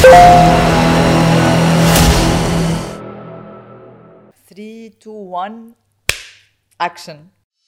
3 2 1 اكشن.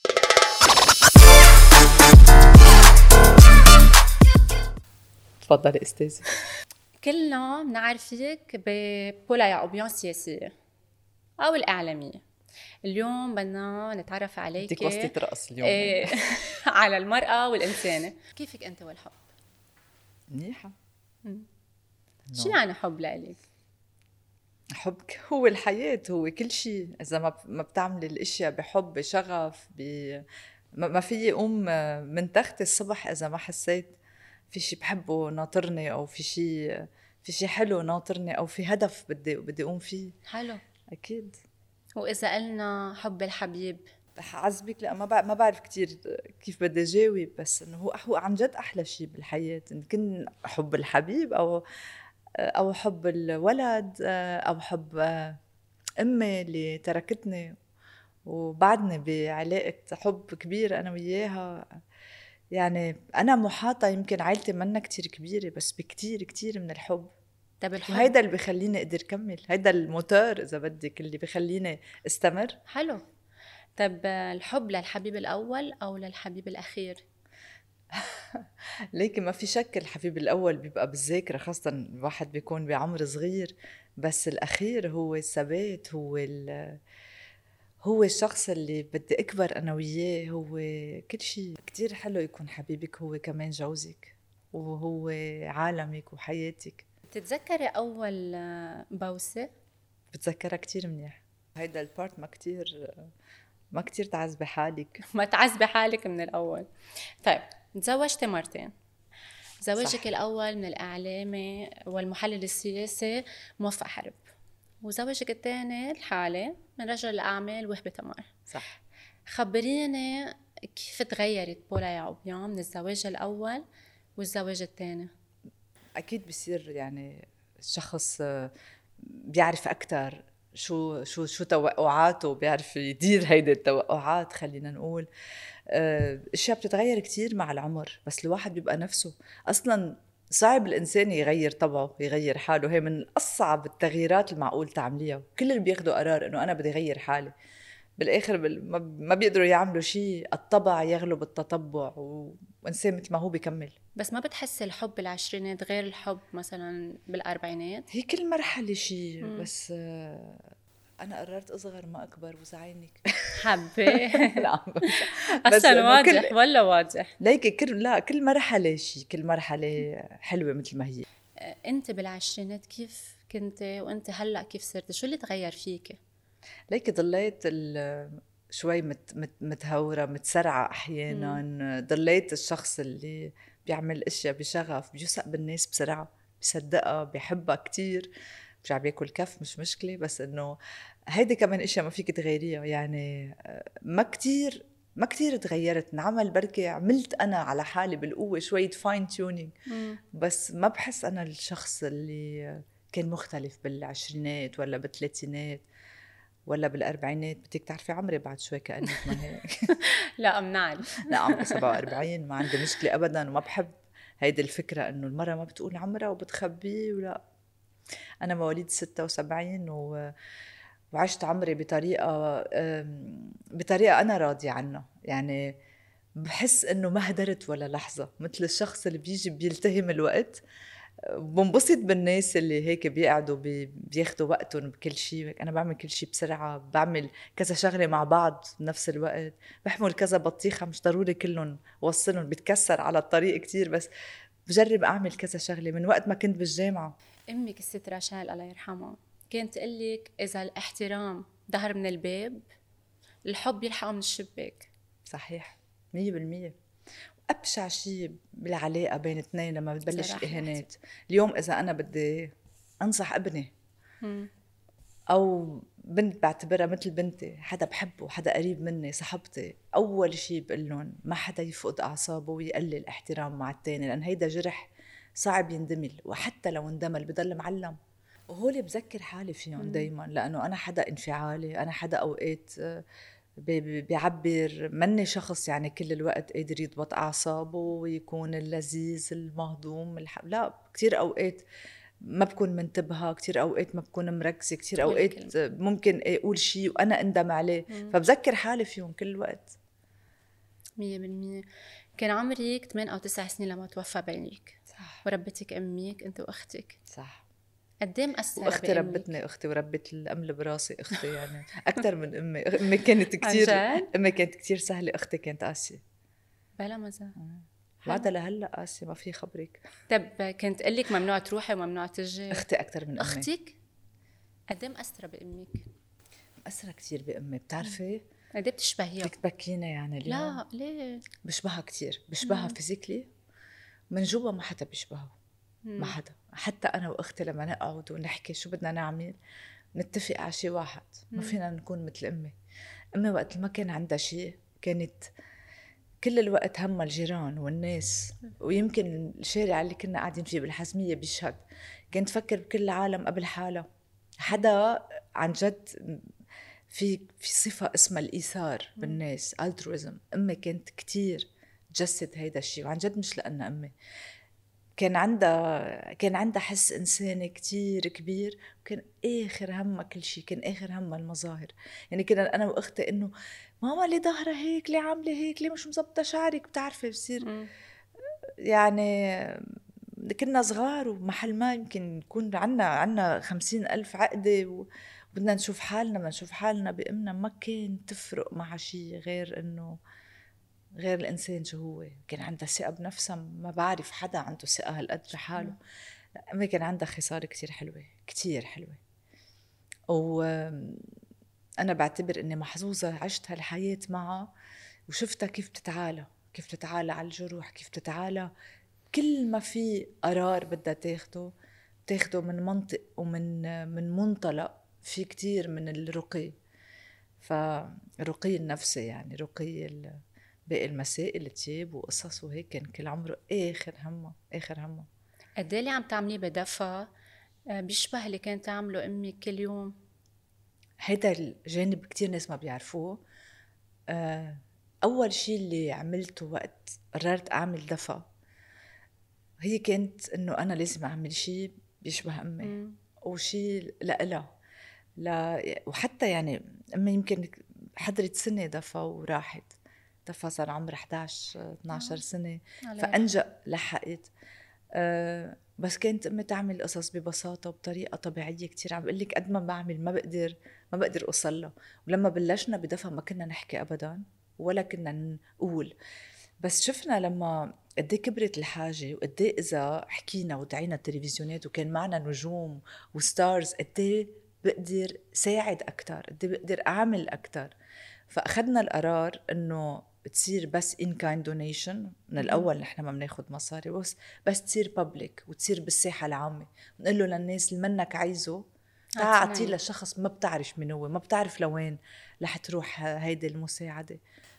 تفضلي استاذي. كلنا بنعرفك ببولا يعقوبيان سياسية أو الإعلامية. اليوم بدنا نتعرف عليك بدك وسطة رقص اليوم. على المرأة والإنسانة. كيفك أنت والحب؟ منيحة. شو يعني حب لإلك؟ حبك هو الحياة، هو كل شيء. إذا ما بتعملي الأشياء بحب بشغف ما في أقوم من تختي الصبح إذا ما حسيت في شيء بحبه ناطرني، أو في شيء حلو ناطرني، أو في هدف بدي أقوم فيه. حلو. أكيد. وإذا قلنا حب الحبيب؟ رح أعذبك، لا ما بعرف كتير كيف بدي جاوب، بس إنه هو عن جد أحلى شيء بالحياة، إن كن حب الحبيب أو حب الولد، أو حب أمي اللي تركتني وبعدني بعلاقة حب كبيرة أنا وياها. يعني أنا محاطة، يمكن عائلتي منا كتير كبيرة، بس بكتير كتير من الحب. طب الحب، وهيدا اللي بيخليني أقدر كمل، هيدا الموتور إذا بدك اللي بيخليني استمر. حلو. طب الحب للحبيب الأول أو للحبيب الأخير؟ ليكي ما في شك الحبيب الأول بيبقى بالذاكرة، خاصة الواحد بيكون بعمر صغير، بس الأخير هو الثبات، هو الشخص اللي بدي أكبر أنا وياه، هو كل شيء. كتير حلو يكون حبيبك هو كمان جوزك، وهو عالمك وحياتك. تتذكري أول بوسة؟ بتذكرها كتير منيح. هيدا البارت ما كتير تعذبي حالك. ما تعذبي حالك من الأول. طيب، تزوجتي مرتين. زواجك الأول من الإعلامي والمحلل السياسي موفق حرب، وزواجك الثاني الحالي من رجل الأعمال وهبة تمار. صح. خبريني كيف تغيرت بولا يعقوبيان من الزواج الأول والزواج الثاني؟ أكيد بصير يعني شخص بيعرف أكتر شو توقعاته، بيعرف يدير هيدا التوقعات. خلينا نقول اشياء بتتغير كتير مع العمر، بس الواحد بيبقى نفسه اصلا. صعب الانسان يغير طبعه، يغير حاله. هي من اصعب التغييرات المعقول تعمليها. كل اللي بياخدوا قرار انه انا بدي اغير حالي، بالاخر ما بيقدروا يعملوا شيء. الطبع يغلب التطبع، وانسان مثل ما هو بيكمل. بس ما بتحس الحب بالعشرينات غير الحب مثلا بالأربعينات؟ هي كل مرحلة شيء، بس أنا قررت أصغر ما أكبر وزعينك. حبة. لا أصلا واضح ولا واضح؟ ليكي كل مرحلة شيء، كل مرحلة حلوة مثل ما هي. أنت بالعشرينات كيف كنت، وأنت هلأ كيف صرت؟ شو اللي تغير فيك؟ ليكي ضليت شوي متهورة، متسرعة أحيانا. ضليت الشخص اللي بيعمل أشياء بشغف، بيوثق بالناس بسرعة، بيصدقها، بيحبها كتير. برجع بياكل كف مش مشكلة، بس إنه هيدي كمان أشياء ما فيك تغيريها. يعني ما كتير تغيرت. انعمل بركي عملت أنا على حالي بالقوة شوية فاين تيونينج، بس ما بحس أنا الشخص اللي كان مختلف بالعشرينات ولا بالثلاثينات ولا بالأربعينات. بدك تعرفي عمري بعد شوي كأنك ما هيك. لا بنعرف. لا عمري 47، ما عندي مشكلة أبدا، وما بحب هيدي الفكرة إنه المرة ما بتقول عمرها وبتخبيه. ولا أنا مواليد 76 وعشت عمري بطريقة أنا راضية عنها. يعني بحس إنه ما هدرت ولا لحظة، مثل الشخص اللي بيجي بيلتهم الوقت. بنبسط بالناس اللي هيك بيقعدوا بياخدوا وقتهم بكل شيء. أنا بعمل كل شيء بسرعة، بعمل كذا شغلة مع بعض بنفس الوقت، بحمل كذا بطيخة، مش ضروري كلهم وصلهم، بتكسر على الطريق كتير، بس بجرب أعمل كذا شغلة من وقت ما كنت بالجامعة. أمك الست رشال الله يرحمها كانت تقلك إذا الاحترام ظهر من الباب الحب يلحقه من الشباك. صحيح 100%. أبشع شيء بالعلاقة بين اثنين لما بتبلش إهانات. اليوم إذا أنا بدي أنصح ابني أو بنت بعتبرها مثل بنتي، حدا بحبه، حدا قريب مني، صاحبتي، أول شيء بقول لهم ما حدا يفقد أعصابه ويقلل احترام مع التاني، لأن هيدا جرح صعب يندمل، وحتى لو اندمل بضل معلم. وهولي بذكر حالي فيهم دايما، لأنه أنا حدا انفعالي، أنا حدا أوقات بيعبر مني شخص يعني كل الوقت قادر يضبط أعصابه ويكون اللذيذ المهضوم لا، كتير أوقات ما بكون منتبهة، كتير أوقات ما بكون مركزة، كتير أوقات ممكن أقول شيء وأنا أندم عليه. فبذكر حالي فيهم كل وقت. 100%. كان عمرك 8 أو 9 سنين لما توفى بينك. صح. وربتك أمك أنت وأختك. صح. قد ايه مأثرة واختي بأمك؟ ربتني اختي وربت الامل براسي اختي يعني اكثر من امي. امي كانت عن كثير جد؟ امي كانت كثير سهله، اختي كانت قاسيه. بلا مزح. بعدها لهلا قاسيه، ما في خبرك. طب كنت قل لك ممنوع تروحي وممنوع تجي؟ اختي اكثر من امي. اختك قد ايه مأثرة بأمك؟ مأثرة كثير بأمي، بتعرفي قد ايه بتشبهيها؟ بدك تبكينا يعني اليوم. لا ليه؟ بشبهها كثير، بشبهها فيزيكلي، من جوا ما حدا بيشبهه. ما حدا. حتى انا واختي لما نقعد ونحكي شو بدنا نعمل نتفق على شيء واحد. ما فينا نكون مثل امي. امي وقت ما كان عندها شيء كانت كل الوقت همها الجيران والناس، ويمكن الشارع اللي كنا قاعدين فيه بالحزمية بيشهد. كانت تفكر بكل العالم قبل حالها. حدا عن جد في صفة اسمها الإيثار بالناس، altruism. أمي كانت كتير تجسد هيدا الشيء، وعن جد مش لأنها أمي. كان عندها حس إنساني كتير كبير، وكان آخر همها كل شيء، كان آخر همها المظاهر. يعني كنا أنا وأختي إنه ماما ليه ظهرها هيك، ليه عاملة هيك، ليه مش مزبطة شعرك، بتعرفي بصير يعني. كنا صغار ومحل ما يمكن يكون عنا 50,000 عقدة وبدنا نشوف حالنا، ما نشوف حالنا بأمنا. ما كان تفرق مع شيء غير إنه غير الإنسان شو هو. كان عندها ثقة بنفسها، ما بعرف حدا عنده ثقة هالقد بحاله. أمي كان عندها خصال كتير حلوة، كتير حلوة. وأنا بعتبر إني محظوظة عشت هالحياة معها وشفتها كيف تتعالى على الجروح، كيف تتعالى كل ما في قرار بدها تاخده من منطق ومن منطلق في كتير من الرقي. فالرقي النفسي يعني رقي باقي المسائل تياب وقصص وهيك. كان كل عمره آخر همه. قد ايه اللي عم تعمليه بدفى بيشبه اللي كانت تعمله أمك كل يوم؟ هيدا الجانب كتير ناس ما بيعرفوه. أول شيء اللي عملته وقت قررت أعمل دفى هي كانت إنه أنا لازم أعمل شيء بيشبه أمي وشيء لإلها. وحتى يعني أمي يمكن حضرت سنة دفى وراحت. دفى صار عمر 11-12 سنة فأنجأ لحقت. بس كانت أمي تعمل قصص ببساطة وبطريقة طبيعية كتير. عم بقول لك قد ما بعمل ما بقدر أوصل له. ولما بلشنا بدفى ما كنا نحكي أبدا ولا كنا نقول. بس شفنا لما قديه كبرت الحاجة وقديه إذا حكينا ودعينا التلفزيونات وكان معنا نجوم وستارز قديه بقدر ساعد أكتر، قديه بقدر أعمل أكتر. فأخذنا القرار إنه بتصير بس in kind donation. من الأول نحن ما بناخد مصاري، بس تصير public وتصير بالساحة العامة. بنقول له للناس اللي منك عايزه تعال أعطيه لشخص ما بتعرف من هو، ما بتعرف لوين رح تروح هيدي المساعدة.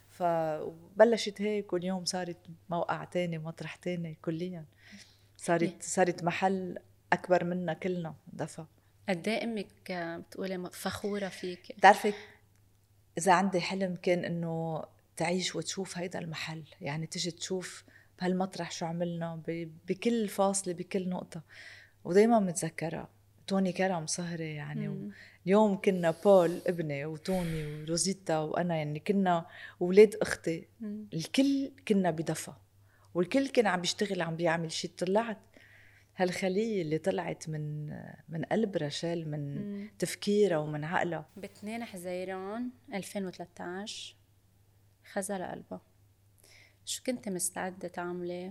فبلشت هيك واليوم صارت موقع تاني مطرح تاني كليا. صارت محل أكبر منا كلنا دفى. قد ايه أمك بتقولي فخورة فيك؟ بتعرفي إذا عندي حلم كان إنه تعيش وتشوف هيدا المحل، يعني تجي تشوف بهالمطرح شو عملنا بكل فاصلة بكل نقطة. ودايما متذكرة توني كرم صهري يعني. اليوم كنا بول ابني وتوني وروزيتا وأنا يعني كنا ولاد أختي. الكل كنا بدفى والكل كان عم بيشتغل عم بيعمل شيء. طلعت هالخلية اللي طلعت من قلب رشال، من تفكيرها ومن عقلها. ب2 حزيران 2013 خزل قلبها. شو كنت مستعدة تعملي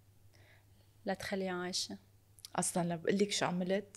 لتخليها عايشة؟ أصلاً لا بقلك شو عملت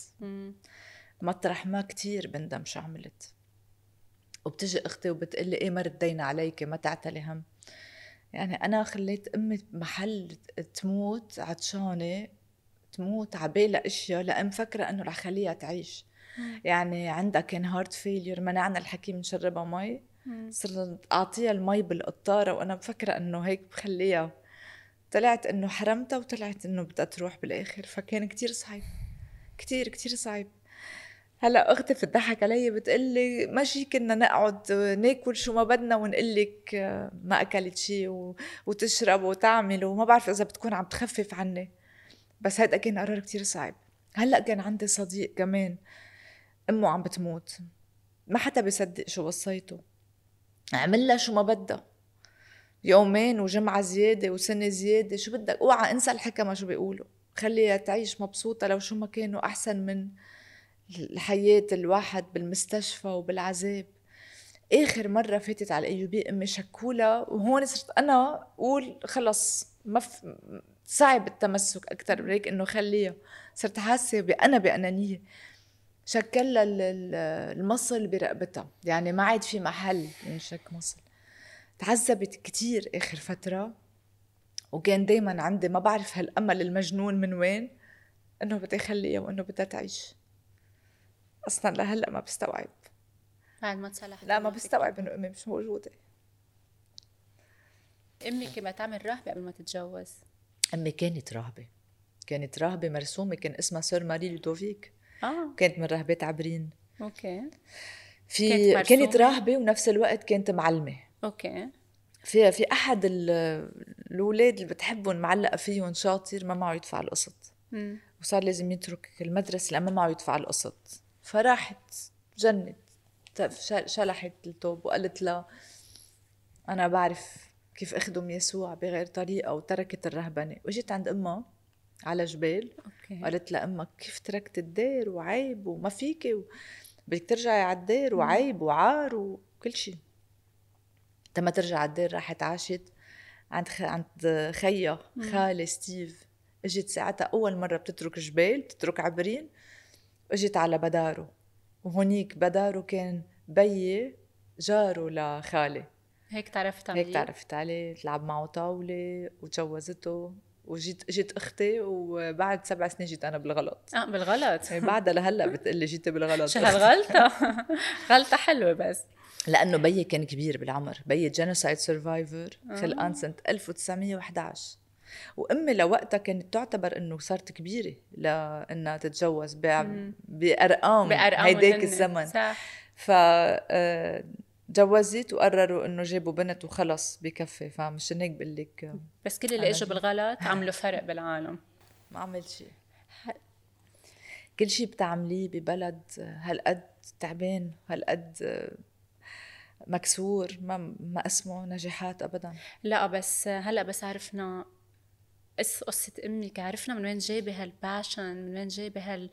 مطرح ما كتير بندم شو عملت. وبتجي أختي وبتقلي إيه ما ردينا عليك ما تعتلي هم. يعني أنا خليت أمي محل تموت عطشانة، تموت عبالة أشياء لأن فكرة أنه رح خليها تعيش. يعني عندها كان هارت فيلير، منعنا الحكيم نشربها مي، صرنا أعطيها المي بالقطارة وأنا بفكرة أنه هيك بخليها. طلعت أنه حرمتها وطلعت أنه بدها تروح بالآخر. فكان كتير صعب، كتير كتير صعب. هلا اختي بتضحك علي بتقلي ماشي كنا نقعد ناكل شو ما بدنا ونقلك ما اكلت شيء وتشرب وتعمل وما بعرف اذا بتكون عم تخفف عني. بس هيدا كان قرار كتير صعب. هلأ كان عندي صديق كمان أمه عم بتموت، ما حدا بيصدق شو وصيته، عملها شو ما بدها، يومين وجمعة زيادة وسنة زيادة، شو بدك، اوعى انسى الحكمة شو بيقولوا، خليها تعيش مبسوطة لو شو ما كانوا أحسن من الحياة الواحد بالمستشفى وبالعذاب. آخر مرة فاتت على الأيوبية أمي شكولة، وهون صرت أنا أقول خلص صعب التمسك أكتر من هيك إنه خليها، صرت حاسة بأنانية. شكلها المصل برقبتها، يعني ما عاد في محل ينشك مصل. تعذبت كتير آخر فترة، وكان دايما عندي ما بعرف هالأمل المجنون من وين إنه بدي خليها وإنه بدها تعيش. أصلا لهلأ ما بستوعب، بعد ما تصلحت لا ما بستوعب إنه أمي مش موجودة. أمي كانت تعمل راهبة قبل ما تتجوز؟ أمي كانت راهبة مرسومة، كان اسمها سور ماري لودوفيك. كانت من راهبات عبرين. اوكي. كانت راهبة ونفس الوقت كانت معلمة. اوكي. في أحد الأولاد اللي بتحبهم معلقة فيهم شاطر ما معه يدفع القسط، وصار لازم يترك المدرسة لأن ما معه يدفع القسط. فراحت جنت، شلحت التوب وقالت له أنا بعرف كيف أخدم يسوع بغير طريقة، وتركت الرهبنة. وجيت عند أمها على جبال وقالت لها أمك كيف تركت الدير وعيب وما فيكي بدك ترجعي على الدير وعيب وعار وكل شيء. لما ترجع على الدير راحت عاشت عند خيا خالي ستيف. اجت ساعتها أول مرة بتترك جبال، بتترك عبرين، واجت على بدارو. وهونيك بدارو كان بيي جاره لخالي. هيك تعرفت عليه، تلعب معه طاولة وتجوزته. اجت اختي، وبعد 7 سنين جيت انا بالغلط. بالغلط؟ بعدها لهلا بتقلي جيتي بالغلط. شو هالغلطة؟ غلطة حلوة بس. لانه بيي كان كبير بالعمر، بيي جينوسايد سرفايفر، خلقان سنة 1911. وامي لوقتها كانت تعتبر انه صارت كبيره لانها تتجوز بارقام هيداك الزمن. صح. جوزت وقرروا انه جابوا بنت وخلص بكفي. فمشان هيك بقول لك بس كل اللي اجوا بالغلط عملوا فرق بالعالم. ما عمل شيء. كل شيء بتعمليه ببلد هالقد تعبان، هالقد مكسور، ما اسمه نجاحات ابدا. لا بس هلا بس عرفنا قصة أمك، عرفنا من وين جايبة هالباشن، من وين جايبة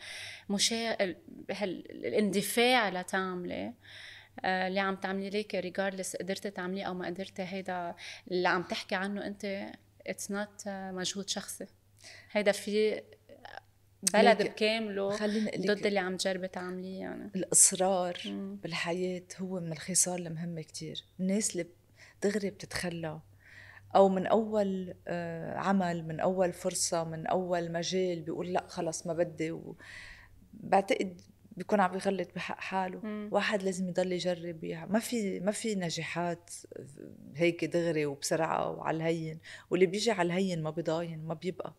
هالاندفاع لتعملي اللي عم تعملي ليك ريجاردلس قدرتي تعمليه أو ما قدرتي. هيدا اللي عم تحكي عنه أنت it's not مجهود شخصي، هيدا في بلد بكامله ضد اللي عم تجربي تعمليه. يعني الإصرار بالحياة هو من الخصال المهمة كتير. الناس اللي دغري بتتخلى أو من أول عمل، من أول فرصة، من أول مجال بيقول لا خلص ما بدي، بعتقد بيكون عم يغلط بحق حاله. واحد لازم يضل يجرب. ما في نجاحات هيك دغري وبسرعة وعلى الهين، واللي بيجي على الهين ما بيضاين، ما بيبقى.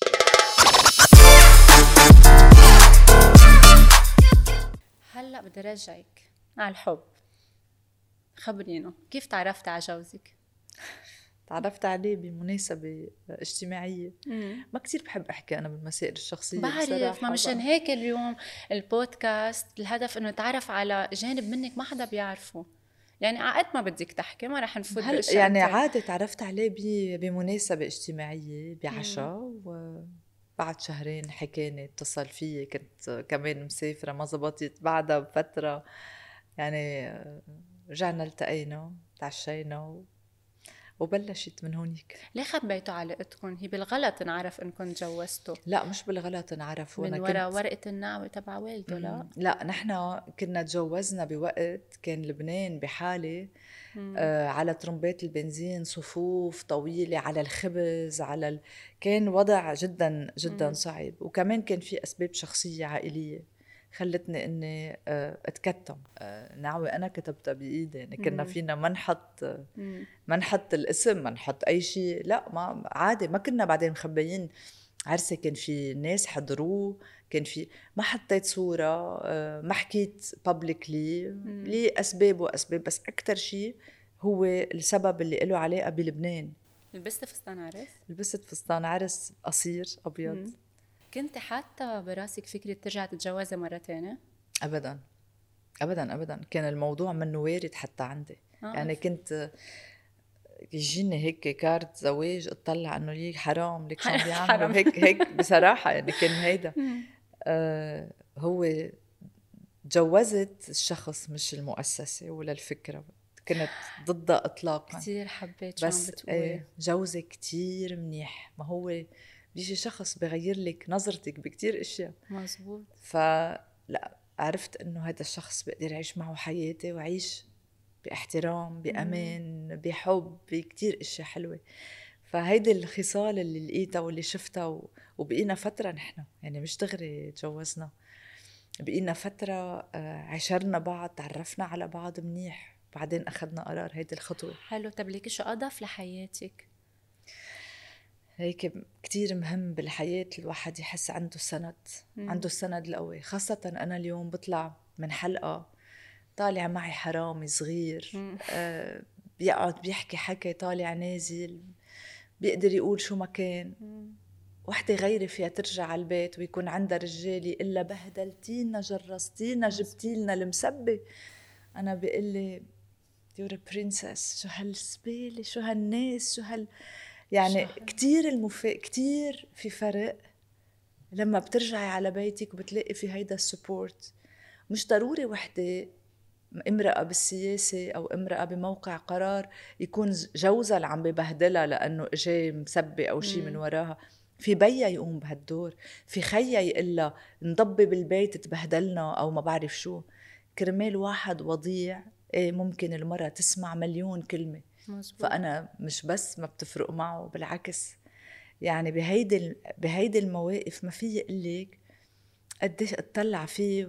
هلأ بدي رجعك على الحب. خبرينا كيف تعرفت على جوزك؟ تعرفت عليه بمناسبة اجتماعية. ما كتير بحب أحكي أنا بالمسائل الشخصية بعرف، ما مشان هيك اليوم البودكاست الهدف إنه تعرف على جانب منك ما حدا بيعرفه. يعني عقد ما بدك تحكي ما رح نفوت بأشياء. يعني عادي تعرفت عليه بمناسبة اجتماعية بعشاء، وبعد شهرين حكاني، اتصل فيي، كنت كمان مسافرة ما زبطت. بعدها بفترة يعني رجعنا التقينا تعشينا وبلشت من هونيك. ليه خبيتوا علاقتكم؟ هي بالغلط انعرف انكم تجوزتوا؟ لا مش بالغلط انعرف، من وراء ورقة النعوة تبع والده. لا نحن كنا تجوزنا بوقت كان لبنان بحالة على ترمبات البنزين، صفوف طويلة على الخبز، كان وضع جدا جدا صعب. وكمان كان في أسباب شخصية عائلية خلتني اني اتكتم. نعوة انا كتبتها بايدي، يعني كنا فينا ما نحط الاسم، ما نحط اي شيء. لا ما عادي، ما كنا بعدين مخبيين عرسي. كان في ناس حضروه، كان في، ما حطيت صورة، ما حكيت publicly لي أسباب وأسباب. بس أكتر شيء هو السبب اللي له علاقة بلبنان. لبست فستان عرس؟ لبست فستان عرس قصير أبيض. كنت حتى براسك فكرة ترجع تتجوزي مرة تانية؟ ابدا ابدا ابدا، كان الموضوع منه وارد حتى عندي. يعني كنت يجيني هيك كارت زواج اطلع انه ليك حرام ليك شو عم بيعملوا هيك بصراحه. يعني كان هيدا هو تجوزت الشخص مش المؤسسه ولا الفكره، كنت ضدها اطلاقا. كتير حبيت شو عم بس بتقولي. جوزي كتير منيح، ما هو بيجي شخص بغير لك نظرتك بكتير اشياء. مزبوط. فلا عرفت انه هذا الشخص بقدر اعيش معه حياتي واعيش باحترام بامان بحب بكتير اشياء حلوه. فهيدي الخصال اللي لقيتها واللي شفتها وبقينا فتره نحن يعني مش دغري تجوزنا، بقينا فتره عشرنا بعض تعرفنا على بعض منيح بعدين اخذنا قرار هيدي الخطوه. حلو. طب ليكي شو اضاف لحياتك؟ هيك كتير مهم بالحياة الواحد يحس عنده سند. عنده السند القوي. خاصة أنا اليوم بطلع من حلقة طالع معي حرامي صغير بيقعد بيحكي حكي طالع نازل بيقدر يقول شو ما كان. وحدة غيري فيها ترجع على البيت ويكون عندها رجالي إلا بهدلتينا جرستينا جبتيلنا المسبة. أنا بيقلي يور برنسس، شو هالسبيلة شو هالناس شو يعني كتير كتير في فرق لما بترجعي على بيتك وبتلاقي في هيدا السبورت. مش ضروري وحدة امرأة بالسياسة أو امرأة بموقع قرار يكون جوزها اللي عم ببهدلها لأنه إجي مسبة أو شي من وراها. في بيا يقوم بهالدور، في خيا يقلها نضبي بالبيت تبهدلنا أو ما بعرف شو. كرمال واحد وضيع ممكن المرأة تسمع مليون كلمة. مزبوط. فأنا مش بس ما بتفرق معه بالعكس. يعني بهيدي المواقف ما في يقلك قديش اطلع فيه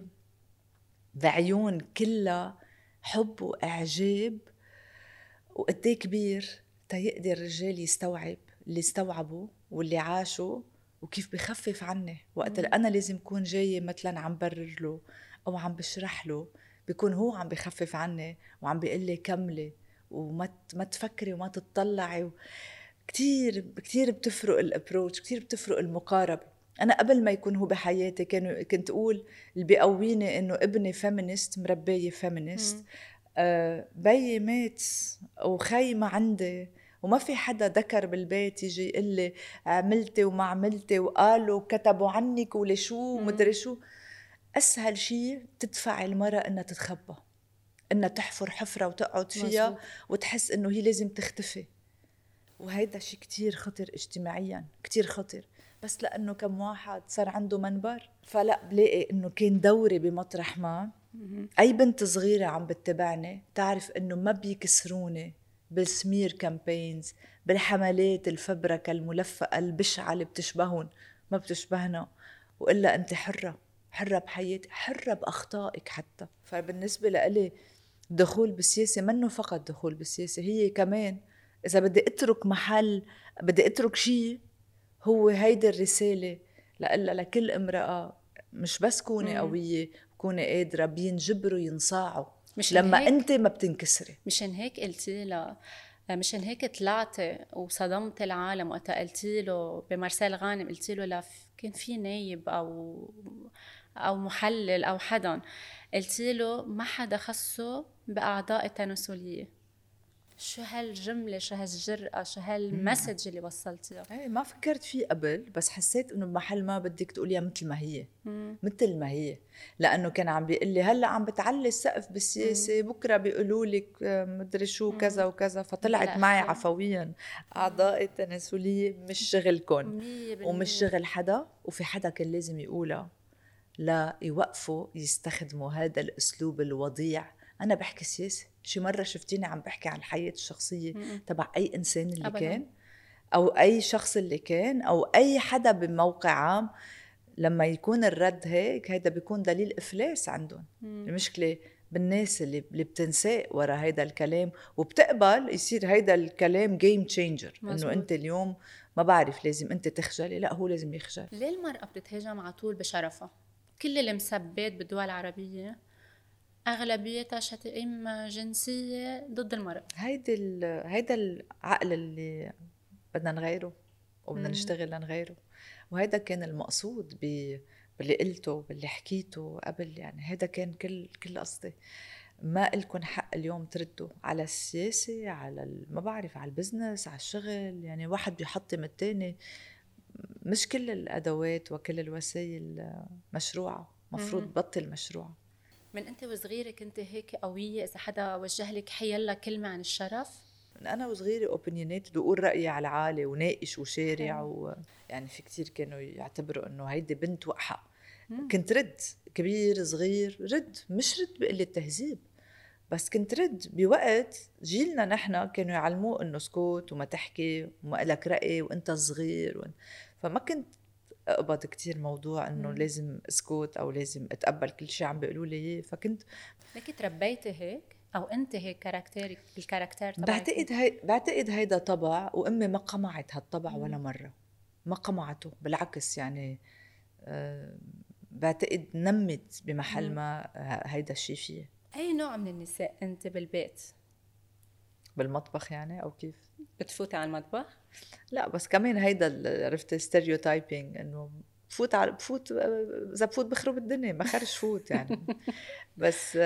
بعيون كلها حب وإعجاب وقديه كبير تيقدر الرجال يستوعب اللي استوعبوا واللي عاشوا وكيف بخفف عني وقت اللي أنا لازم كون جاية مثلا عم برر له أو عم بشرح له بيكون هو عم بخفف عني وعم بيقول لي كملي وما تفكري وما تطلعي. كتير كتير بتفرق الابروتش، كتير بتفرق المقاربة. أنا قبل ما يكون هو بحياتي كنت أقول اللي بيقويني إنه ابني فيمينست مربية فيمينست. بيي مات وخي ما عندي وما في حدا ذكر بالبيت يجي يقول لي عملتي وما عملتي وقالوا كتبوا عنك ولشو مدري شو. أسهل شيء تدفع المرأة إنها تتخبى، إنها تحفر حفرة وتقعد فيها مزبوط. وتحس إنه هي لازم تختفي. وهيدا شيء كتير خطر اجتماعيا كتير خطر. بس لأنه كم واحد صار عنده منبر فلا بلاقي إنه كان دوري بمطرح ما أي بنت صغيرة عم بتتبعني تعرف إنه ما بيكسروني بالسمير كامبينز بالحملات الفبركة الملفقة البشعة اللي بتشبهن ما بتشبهنا. وإلا أنت حرة حرة بحياتك حرة بأخطائك حتى. فبالنسبة لإلي دخول بالسياسة منه فقط دخول بالسياسة، هي كمان إذا بدي أترك محل بدي أترك شيء هو هيدا الرسالة لكل امرأة. مش بس كوني قوية كوني قادرة بينجبروا ينصاعوا لما أنت ما بتنكسري. مشان هيك قلتي له مشان هيك طلعتي وصدمت العالم وقت قلتي له بمارسيل غانم قلتي له كان في نايب أو محلل أو حدا قلتي له ما حدا خصه بأعضاء التناسلية. شو هالجملة شو هالجرأة شو هالمسج اللي وصلتيها؟ ايه ما فكرت فيه قبل بس حسيت انه بمحل ما بدك تقوليها مثل ما هي مثل ما هي. لانه كان عم بيقول لي هلا عم بتعلي السقف بالسياسه بكره بيقولوا لك مدري شو كذا وكذا. فطلعت معي عفويا اعضاء التناسليه مش شغلكم ومش شغل حدا. وفي حدا كان لازم يقولها لا يوقفوا يستخدموا هذا الاسلوب الوضيع. أنا بحكي سياسة شي مرة شفتيني عم بحكي عن الحياة الشخصية تبع أي إنسان اللي أبداً. كان أو أي شخص اللي كان أو أي حدا بموقع عام. لما يكون الرد هيك هيدا بيكون دليل إفلاس عندهم. المشكلة بالناس اللي بتنساق ورا هيدا الكلام وبتقبل يصير هيدا الكلام جيم تشينجر إنه أنت اليوم ما بعرف لازم أنت تخجلي. لا هو لازم يخجل. ليه المرأة بتتهاجم على طول بشرفها؟ كل المسبات بالدول العربية أغلبيتها شتائم جنسية ضد المرأة. هيدا العقل اللي بدنا نغيره وبدنا نشتغل لنغيره. وهذا كان المقصود باللي قلته باللي حكيته قبل. يعني هذا كان كل قصدي. ما إلكن حق اليوم تردوا على السياسة، على ما بعرف، على البزنس، على الشغل. يعني واحد بيحطم التاني. مش كل الأدوات وكل الوسائل مشروعة، مفروض بطل مشروعة. من أنت وصغيرة كنت هيك قوية إذا حدا وجه لك حيلا كلمة عن الشرف؟ أنا وصغيرة أوبنيونيت، بقول رأيي على العالي وناقش وشارع يعني في كتير كانوا يعتبروا إنه هيدي بنت وقحة. كنت رد، كبير صغير رد، مش رد بقلة تهذيب، بس كنت رد بوقت جيلنا نحن كانوا يعلموه إنه اسكت وما تحكي وما لك رأي وإنت صغير فما كنت أقبض كتير موضوع إنه لازم اسكت أو لازم أتقبل كل شيء عم بيقولوا لي إياه. فكنت لكن تربيتي هيك أو أنت هيك كاركتيرك الكاركتير تبعك؟ بعتقد هيدا طبع، وأمي ما قمعت هالطبع ولا مرة، ما قمعته بالعكس. يعني بعتقد نمت بمحل ما هيدا الشيء فيه. أي نوع من النساء أنت بالبيت؟ بالمطبخ يعني أو كيف؟ بتفوتي على المطبخ؟ لا بس كمان هيدا عرفت ستيريوتايبينج انه بفوت اذا بفوت بخرب الدنيا، ما خرج فوت يعني. بس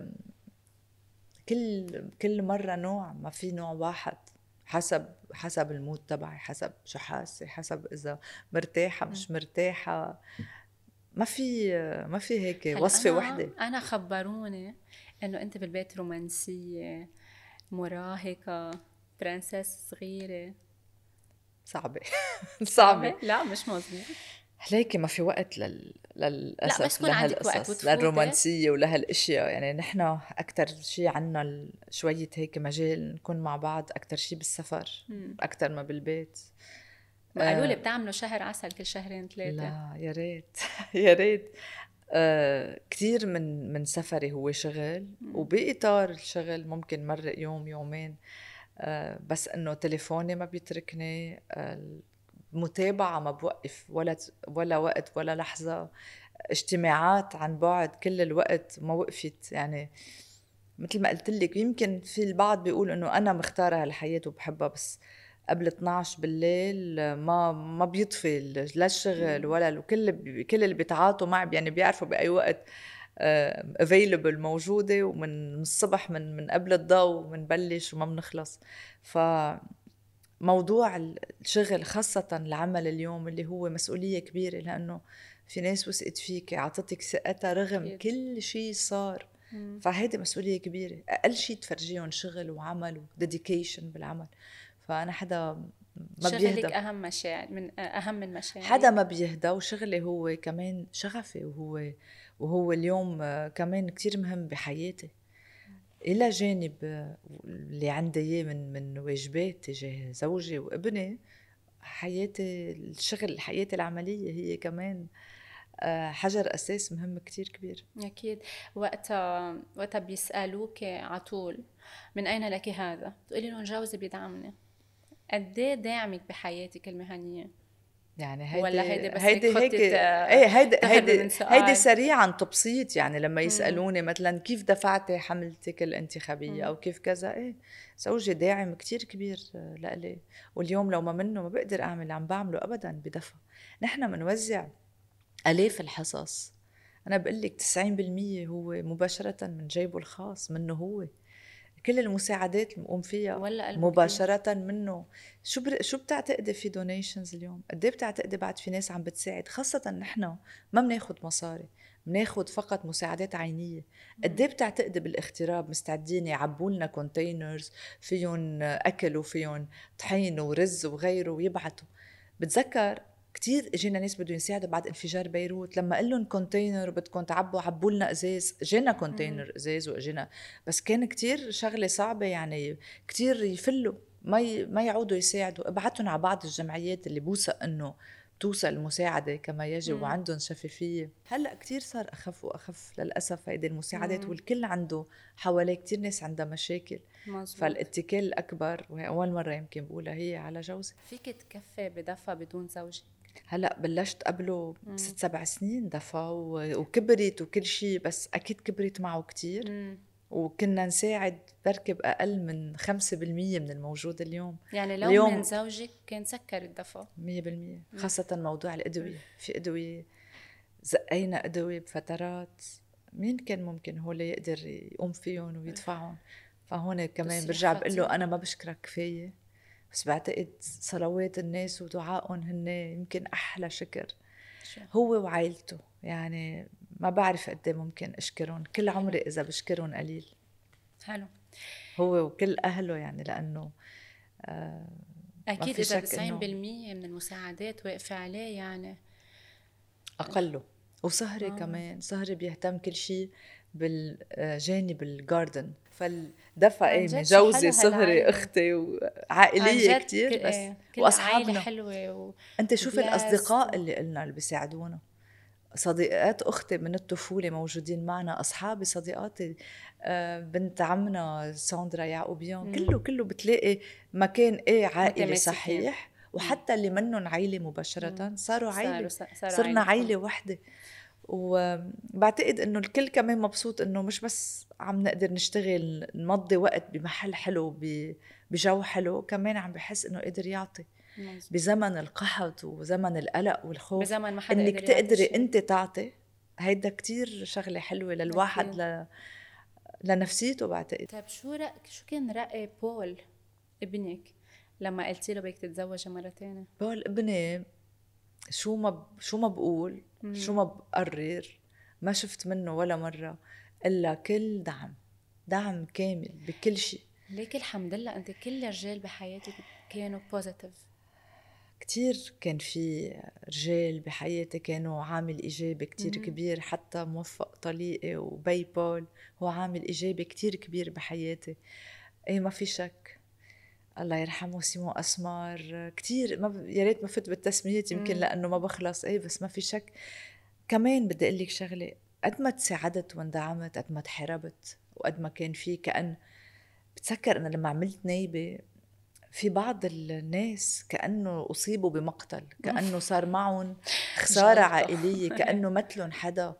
كل مره نوع، ما في نوع واحد. حسب المود تبعي، حسب شو حاسه، حسب اذا مرتاحه مش مرتاحه. ما في هيك وصفه وحده. أنا خبروني إنه أنت بالبيت رومانسية، مراهقة، برنسس صغيرة. صعبه. صعبه. صعبة؟ لا مش مظبوط. هيك ما في وقت لا بس للأسف يكون عندك وقت لهالقصص، وتفوتي. للرومانسية ولهالاشياء. يعني نحن أكتر شي عنا شوية هيك مجال نكون مع بعض أكتر شي بالسفر أكتر ما بالبيت. ما قالوا لي بتعملوا شهر عسل كل شهرين 3. لا يا ريت. يا ريت. كتير من سفري هو شغل، وبإطار الشغل ممكن مرق يوم يومين. بس إنه تليفوني ما بيتركني، متابعة ما بوقف ولا وقت ولا لحظة. اجتماعات عن بعد كل الوقت ما وقفت. يعني مثل ما قلت لك، يمكن في البعض بيقول انه انا مختاره هالحياه وبحبها، بس قبل 12 بالليل ما بيطفي لا الشغل ولا كل اللي بيتعاطوا معي يعني بيعرفوا باي وقت available موجوده، ومن الصبح من قبل الضوء منبلش وما بنخلص. موضوع الشغل خاصة العمل اليوم اللي هو مسؤولية كبيرة، لأنه في ناس وثقت فيك، عطتك ثقتها رغم أكيد. كل شيء صار. فهيدي مسؤولية كبيرة. أقل شيء تفرجيهم شغل وعمل وديديكيشن بالعمل. فأنا حدا ما شغلك بيهدى، أهم مشاعر أهم من مشاعرك. حدا ما بيهدى. وشغلي هو كمان شغفي، وهو اليوم كمان كتير مهم بحياتي. إلى جانب اللي عندي إياه من واجبات تجاه زوجي وابني، حياتي الشغل، حياتي العملية هي كمان حجر أساس مهم كتير كبير. أكيد. وقتها بيسألوك عطول من أين لك هذا؟ تقولي لهم جوزي بيدعمني. قد ايه داعمك بحياتك المهنية؟ يعني ولا هيدي بس هيك هيدي خطة ايه تهربي من هيدي سؤال؟ سريعا تبسيط. يعني لما يسألوني مثلا كيف دفعتي حملتك الانتخابية او كيف كذا، ايه زوجي داعم كتير كبير لإلي. واليوم لو ما منه ما بقدر اعمل اللي عم بعمله ابدا بدفع. نحن منوزع آلاف الحصص، أنا بقلك 90% هو مباشرة من جيبه الخاص منه هو. كل المساعدات اللي بقوم فيها ولا قلبه مباشرة كبير. منه. شو بتعتقدي في دونيشنز اليوم؟ قد ايه بتعتقدي بعد في ناس عم بتساعد؟ خاصة نحن ما بناخد مصاري، بناخد فقط مساعدات عينية. قد ايه بتعتقدي بالاغتراب مستعدين يعبوا لنا كونتينرز فيهم أكل وفيهم طحين ورز وغيره ويبعتوا؟ بتذكر كتير اجينا ناس بدهم يساعدوا بعد انفجار بيروت، لما قال لهم كونتينر بدكم تعبوا، عبوا لنا ازاز، جينا كونتينر ازاز واجينا. بس كان كتير شغله صعبه، يعني كتير يفلوا ما يعودوا يساعدوا. ابعتهم على بعض الجمعيات اللي بوثق انه توصل المساعده كما يجب وعندهم شفافيه. هلا كتير صار اخف واخف للاسف هيدي المساعدات، والكل عنده حواليه كتير ناس عندها مشاكل. مزبوط. فالاتكال الاكبر، وهي اول مره يمكن بقولها، هي على جوزي. فيك تكفي بدفى بدون زوجك؟ هلا بلشت قبله 6-7 سنين دفا وكبرت وكل شيء، بس اكيد كبرت معه كتير وكنا نساعد بركب أقل من 5% من الموجود اليوم. يعني لو من زوجك كان سكر الدفع 100%. خاصة موضوع الأدوية، في أدوية زقينا أدوية بفترات مين كان ممكن هو اللي يقدر يقوم فيهم ويدفعهم. فهون كمان برجع بقول له أنا ما بشكرك كفاية، بس بعتقد صلوات الناس ودعائهم هن يمكن أحلى شكر. هو وعائلته، يعني ما بعرف قد ممكن أشكرهم، كل عمري إذا بشكرهم قليل. حلو. هو وكل أهله، يعني لأنه أكيد إذا 90% من المساعدات واقفة عليه يعني أقله. وصهري كمان، صهري بيهتم كل شيء بالجانب الجاردن، فالدفع قايمة جوزي صهري أختي وعائلية كتير بس وأصحابنا حلوة أنت شوف الأصدقاء اللي بيساعدونا. صديقات أختي من الطفولة موجودين معنا، أصحابي صديقاتي، بنت عمنا ساندرا يعقوبيان، كله بتلاقي مكان عائلة صحيح. وحتى اللي منهم عائلة مباشرة صاروا عائلة، صرنا عائلة وحدة. وبعتقد انه الكل كمان مبسوط انه مش بس عم نقدر نشتغل نمضي وقت بمحل حلو بجو حلو، كمان عم بحس انه قدر يعطي بزمن القحط وزمن القلق والخوف، بزمن ما حدا انك تقدري انت تعطي. هيدا كتير شغلة حلوة للواحد لنفسيته بعتقد. طيب شو كان رأي بول ابنك لما قلتي له بدك تتزوجي مرة تانية؟ بول ابني شو ما بقول، شو ما بقرر، ما شفت منه ولا مرة إلا كل دعم كامل بكل شيء. ليك الحمد لله أنت كل الرجال بحياتك كانوا بوزيتيف. كتير كان في رجال بحياتي كانوا عامل إيجابي كتير كبير، حتى موفق طليقي وبي بول هو عامل إيجابي كتير كبير بحياتي. ما في شك. الله يرحمه سيمو أسمر كتير، يا ريت ما فت بالتسميات يمكن لأنه ما بخلص. بس ما في شك. كمان بدي أقول لك شغلة، قد ما تساعدت واندعمت قد ما تحربت، وقد ما كان في كأن بتذكر أنا لما عملت نايبة في بعض الناس كأنه أصيبوا بمقتل، كأنه صار معهم خسارة عائلية، كأنه مثلهم حدا.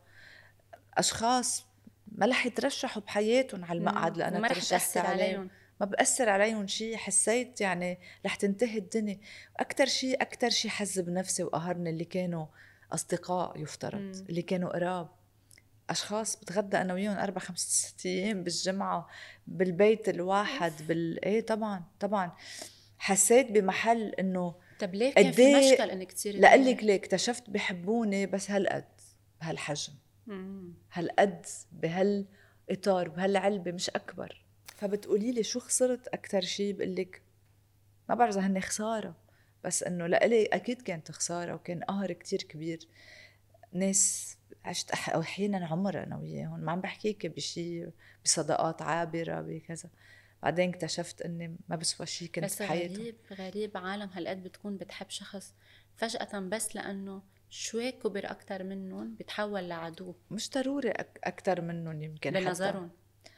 أشخاص ما رح يترشحوا بحياتهم على المقعد لأنا ترشحت عليهم، ما بأثر عليهم شيء. حسيت يعني رح تنتهي الدنيا. أكتر شيء حز بنفسي وقهرني اللي كانوا أصدقاء يفترض، اللي كانوا قراب، أشخاص بتغدى أنا وياهم 4-5 أيام بالجمعة بالبيت الواحد طبعا حسيت بمحل إنه طب ليه كان في مشكل إنك تصيري لقلك ليه اكتشفت بحبوني بس هالقد بهالحجم، هالقد بهالإطار بهالعلبة مش أكبر. فبتقولي لي شو خسرت أكتر شيء؟ بقلك ما بعرف إذا هني خسارة، بس إنه لقلي أكيد كانت خسارة وكان قهر كتير كبير. ناس عشت أحيانا عمر أنا وياهم، ما عم بحكيك بشي بصداقات عابرة بكذا. بعدين اكتشفت أني ما بسوى شي كنت بحياتهم. غريب عالم هالقد بتكون بتحب شخص فجأة بس لأنه شوي كبر أكتر منهم بتحول لعدو. مش ضروري أكتر منهم، يمكن بنظرهم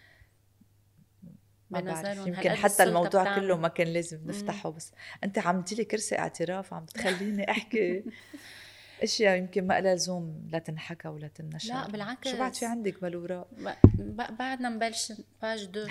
يمكن حتى الموضوع كله ما كان لازم نفتحه. بس أنت عملتي لي كرسي اعتراف، عم تخليني أحكي اشياء يمكن ما لها لزوم لا تنحكى ولا تنشر. لا بالعكس، شو بعد في عندك بالوراق؟ بعدنا نبلش باج 2.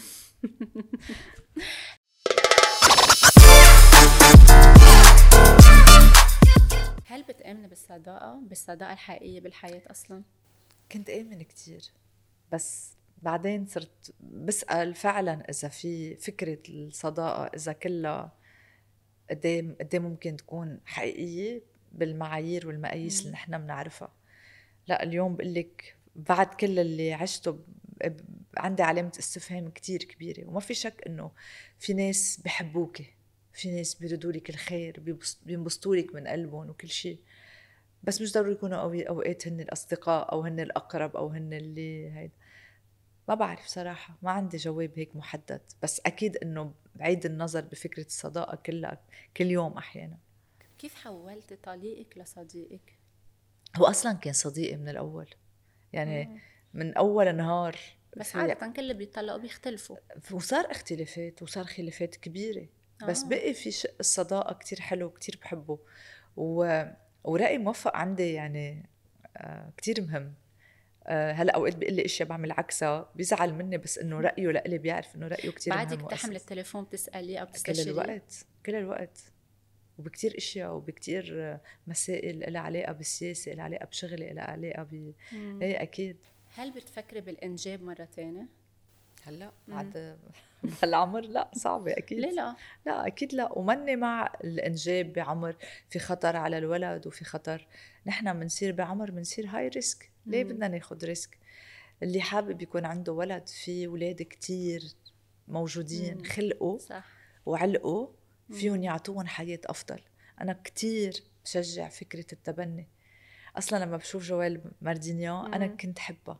هل بتآمن بالصداقة الحقيقية بالحياة أصلا؟ كنت آمن كتير، بس بعدين صرت بسأل فعلا إذا في فكرة الصداقة إذا كلها قدام ممكن تكون حقيقية بالمعايير والمقاييس اللي نحن بنعرفها. لا، اليوم بقلك بعد كل اللي عشته عندي علامة استفهام كتير كبيرة. وما في شك إنه في ناس بحبوك، في ناس بيردولك الخير، بينبسطولك من قلبهم وكل شيء، بس مش ضروري يكونوا أوقات هن الأصدقاء أو هن الأقرب أو هن اللي هيدا. ما بعرف صراحة، ما عندي جواب هيك محدد، بس أكيد إنه بعيد النظر بفكرة الصداقة كلها كل يوم أحيانا. كيف حولت طليقك لصديقك؟ هو أصلا كان صديقي من الأول، يعني من أول نهار. بس عادة كل اللي بيطلقوا بيختلفوا، وصار اختلافات وصار خلافات كبيرة، بس بقي في شق الصداقة كتير حلو كتير بحبه. ورأي موفق عندي يعني كتير مهم. هلا اوقات بيقول لي اشياء بعمل عكسها بيزعل مني، بس انه رايه لإلي بيعرف انه رايه كتير مهم. بعدك تحمل التليفون بتسالي او كل بتستشيري؟ الوقت كل الوقت، وبكتير اشياء وبكتير مسائل لها علاقه بالسياسه، لها علاقه بشغلي، لها علاقه ايه اكيد. هل بتفكري بالانجاب مره تانية؟ هلا بعد هالعمر لا، صعبه اكيد. ليه لا؟ لا اكيد لا، ومني مع الانجاب بعمر في خطر على الولد وفي خطر. نحن بنصير بعمر بنصير هاي ريسك، ليه بدنا ناخد ريسك؟ اللي حابب يكون عنده ولد، في ولاد كتير موجودين خلقوا صح وعلقوا فيهم يعطوهم حياة أفضل. أنا كتير بشجع فكرة التبني. أصلا لما بشوف جوال ماردينيان أنا كنت حبها،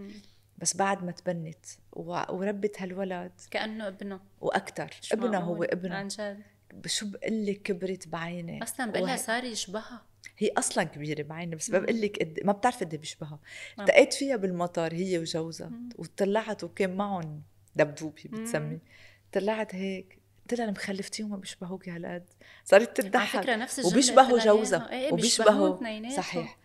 بس بعد ما تبنت وربت هالولد كأنه ابنه وأكتر، ابنه هو ابنه عن جد. شو بقلك كبرت بعيني أصلا بقلها صار يشبهها. هي اصلا كبيره بعيني، بس بقول لك ما بتعرف قد بيشبهها. التقيت فيها بالمطار هي وجوزها وطلعت وكان معهم دبدوب هي بتسمي. طلعت هيك قلت لها مخلفتيهم ما بيشبهوكي هالقد. صارت تضحك على فكره نفس الجمله وبيشبهوا جوزها ايه وبيشبهوا اثنيناتهم. صحيح.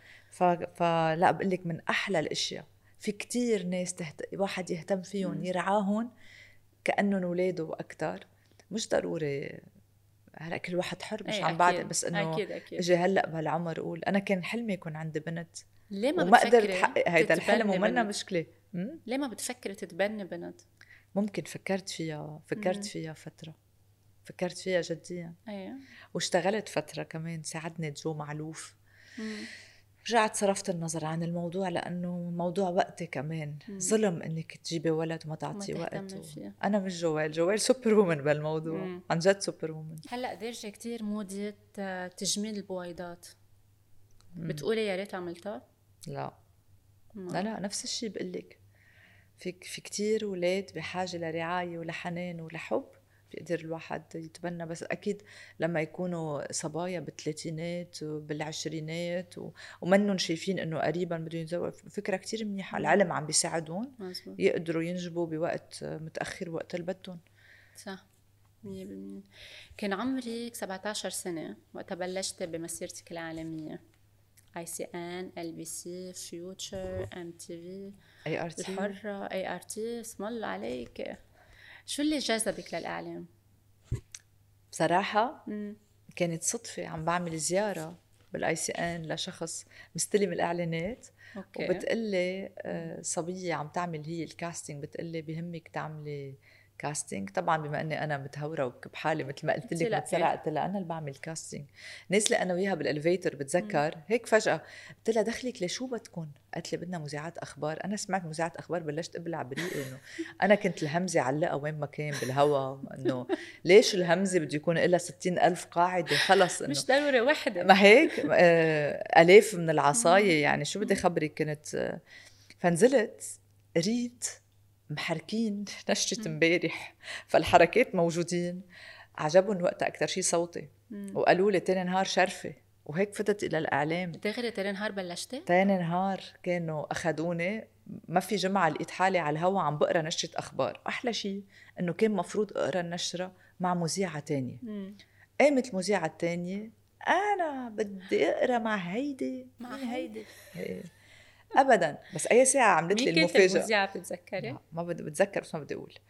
فلا بقول لك من احلى الاشياء. في كتير ناس واحد يهتم فيهم يرعاهم كأنهم اولاده اكثر. مش ضروري هلا كل واحد حر، مش عم بعدل، بس انه اجي هلا بهالعمر اقول انا كان حلمي يكون عندي بنت. ليه ما وما قدرت احقق هيدا الحلم ومنا مشكله. ليه ما بتفكري تتبني بنت؟ ممكن فكرت فيها فتره، فكرت فيها جديا. ايوه واشتغلت فتره كمان، ساعدني جو معلوف. رجعت صرفت النظر عن الموضوع لانه موضوع وقتي كمان. ظلم انك تجيبي ولد وما تعطي وقت انا مش جوال سوبر وومن بالموضوع. عن جد سوبر وومن. هلا دارجه كتير موضه تجميل البويضات. بتقولي يا ريت عملتها؟ لا نفس الشيء بقلك. في كتير ولاد بحاجه لرعايه ولحنان ولحب بيقدر الواحد يتبنى، بس أكيد لما يكونوا صبايا بالثلاثينات وبالعشرينات ومنهم شايفين إنه قريباً بدهم يتزوجوا، فكرة كتير منيحة. العلم عم بيساعدون يقدروا ينجبوا بوقت متأخر وقت اللي بدهم. صح 100%. كان عمرك 17 سنة وقت بلشت بمسيرتك العالمية. ICN LBC فيوتشر MTV ART الحرة ART. اسم الله عليك. شو اللي جذبك للإعلام؟ بصراحة كانت صدفة. عم بعمل زيارة بالICN لشخص مستلم الإعلانات. وبتقلي صبية عم تعمل هي الكاستينج، بتقلي بهمك تعملي كاستينج. طبعا بما اني انا متهوره وبحالي مثل ما قلت لك متسرعه، قلت لها انا اللي بعمل كاستينج. ناس اللي انا وياها بالاليفيتر بتذكر هيك فجاه قلت لها دخلك لشو بدكم؟ قالت لي بدنا مذيعات اخبار. انا سمعت مذيعات اخبار بلشت ابلع بريقي انه انا كنت الهمزه علقه وين ما كان بالهواء، انه ليش الهمزه بده يكون لها 60,000 قاعده خلص، انه مش ضروري وحده ما هيك الاف من العصايه يعني شو بدي خبرك. كنت فنزلت قريت محركين نشرة امبارح، فالحركات موجودين. عجبهم وقتها أكتر شي صوتي وقالوا لي تاني نهار شرفة، وهيك فتت إلى الإعلام. دغري تاني نهار بلشتي؟ تاني نهار كانوا أخدوني، ما في جمعة لقيت حالي على الهوا عم بقرأ نشرة أخبار. أحلى شي إنه كان مفروض أقرأ النشرة مع مذيعة تانية. قامت المذيعة التانية أنا بدي أقرأ مع هيدي. ابدا، بس اي ساعه عملت لي المفاجاه. مين المذيعه بتتذكري؟ ما بدي بتذكر بس ما بدي اقول.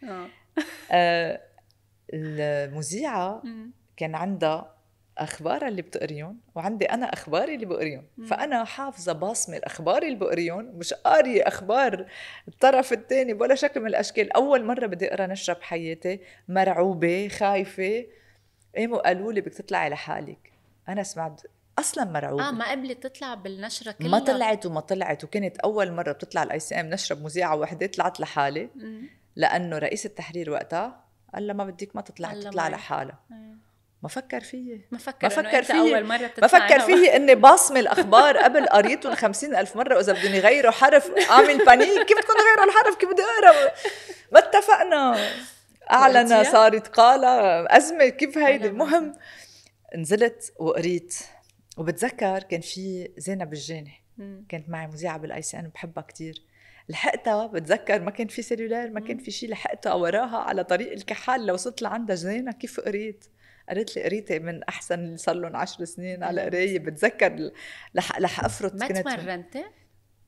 المذيعه كان عندها اخبار اللي بتقريهم وعندي انا اخباري اللي بقريهم. فانا حافظه باصمه الاخبار اللي بقريهم، مش قاريه اخبار الطرف الثاني ولا شكل من الاشكال. اول مره بدي اقرا نشره بحياتي، مرعوبه خايفه. قاموا قالوا لي بدك تطلعي لحالك. انا سمعت اصلا مرعوبه. ما قبلت تطلع بالنشره كلها. ما طلعت وكانت اول مره بتطلع الICN نشره بمذيعه وحده. طلعت لحالي لانه رئيس التحرير وقتها قال لها ما بديك ما تطلع لحالها. ما فكر فيي ما فكر فيي أول مرة ما فكر فيي اني باصمه الاخبار قبل قريتهم 50,000 مره، واذا بدهم يغيروا حرف اعمل بانيك. كيف بدكم تغيروا الحرف؟ كيف بدي اقرا؟ ما اتفقنا. اعلن صارت قال ازمه كيف هيدي. المهم نزلت وقريت. وبتذكر كان في زينب الجاني كانت معي مذيعة بالICN بحبها كتير. لحقتها بتذكر ما كان في سيلولار ما كان في شيء. لحقتها وراها على طريق الكحال. لو وصلت لعندها زينة كيف قريت؟ قالت لي قريتي من أحسن اللي صار لهم 10 سنين على قراية. بتذكر لح أفرط. ما تمرنتي؟